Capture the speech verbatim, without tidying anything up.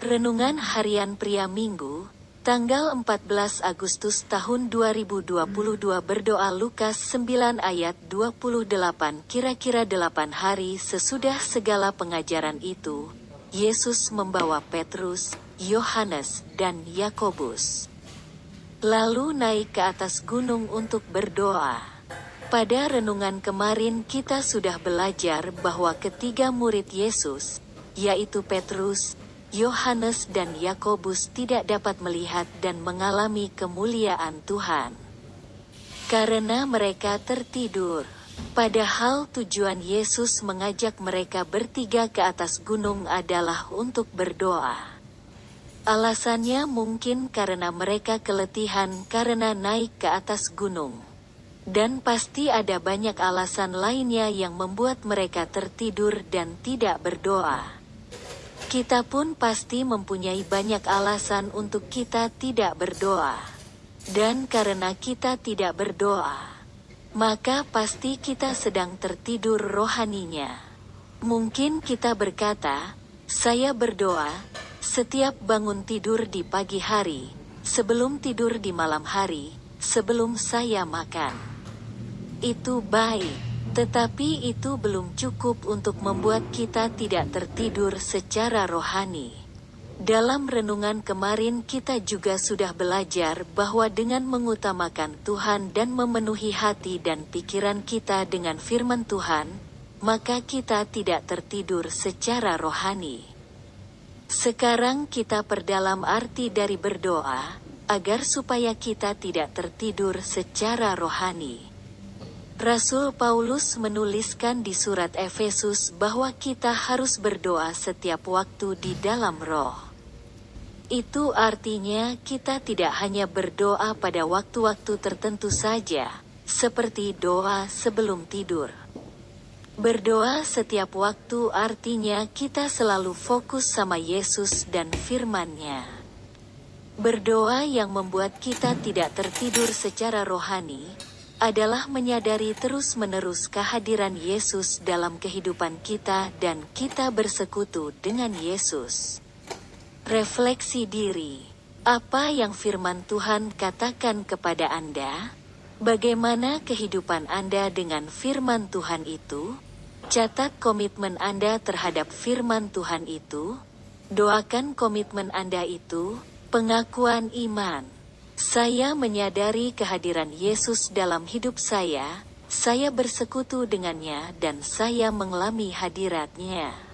Renungan Harian Pria Minggu, tanggal empat belas Agustus tahun dua ribu dua puluh dua. Berdoa Lukas sembilan ayat dua puluh delapan. Kira-kira delapan hari sesudah segala pengajaran itu, Yesus membawa Petrus, Yohanes, dan Yakobus lalu naik ke atas gunung untuk berdoa. Pada renungan kemarin kita sudah belajar bahwa ketiga murid Yesus, yaitu Petrus, Yohanes dan Yakobus, tidak dapat melihat dan mengalami kemuliaan Tuhan karena mereka tertidur. Padahal tujuan Yesus mengajak mereka bertiga ke atas gunung adalah untuk berdoa. Alasannya mungkin karena mereka keletihan karena naik ke atas gunung. Dan pasti ada banyak alasan lainnya yang membuat mereka tertidur dan tidak berdoa. Kita pun pasti mempunyai banyak alasan untuk kita tidak berdoa. Dan karena kita tidak berdoa, maka pasti kita sedang tertidur rohaninya. Mungkin kita berkata, "Saya berdoa setiap bangun tidur di pagi hari, sebelum tidur di malam hari, sebelum saya makan." Itu baik, tetapi itu belum cukup untuk membuat kita tidak tertidur secara rohani. Dalam renungan kemarin kita juga sudah belajar bahwa dengan mengutamakan Tuhan dan memenuhi hati dan pikiran kita dengan firman Tuhan, maka kita tidak tertidur secara rohani. Sekarang kita perdalam arti dari berdoa, agar supaya kita tidak tertidur secara rohani. Rasul Paulus menuliskan di surat Efesus bahwa kita harus berdoa setiap waktu di dalam roh. Itu artinya kita tidak hanya berdoa pada waktu-waktu tertentu saja, seperti doa sebelum tidur. Berdoa setiap waktu artinya kita selalu fokus sama Yesus dan firman-Nya. Berdoa yang membuat kita tidak tertidur secara rohani adalah menyadari terus-menerus kehadiran Yesus dalam kehidupan kita dan kita bersekutu dengan Yesus. Refleksi diri. Apa yang firman Tuhan katakan kepada Anda? Bagaimana kehidupan Anda dengan firman Tuhan itu? Catat komitmen Anda terhadap firman Tuhan itu. Doakan komitmen Anda itu. Pengakuan iman. Saya menyadari kehadiran Yesus dalam hidup saya, saya bersekutu dengannya dan saya mengalami hadirat-Nya.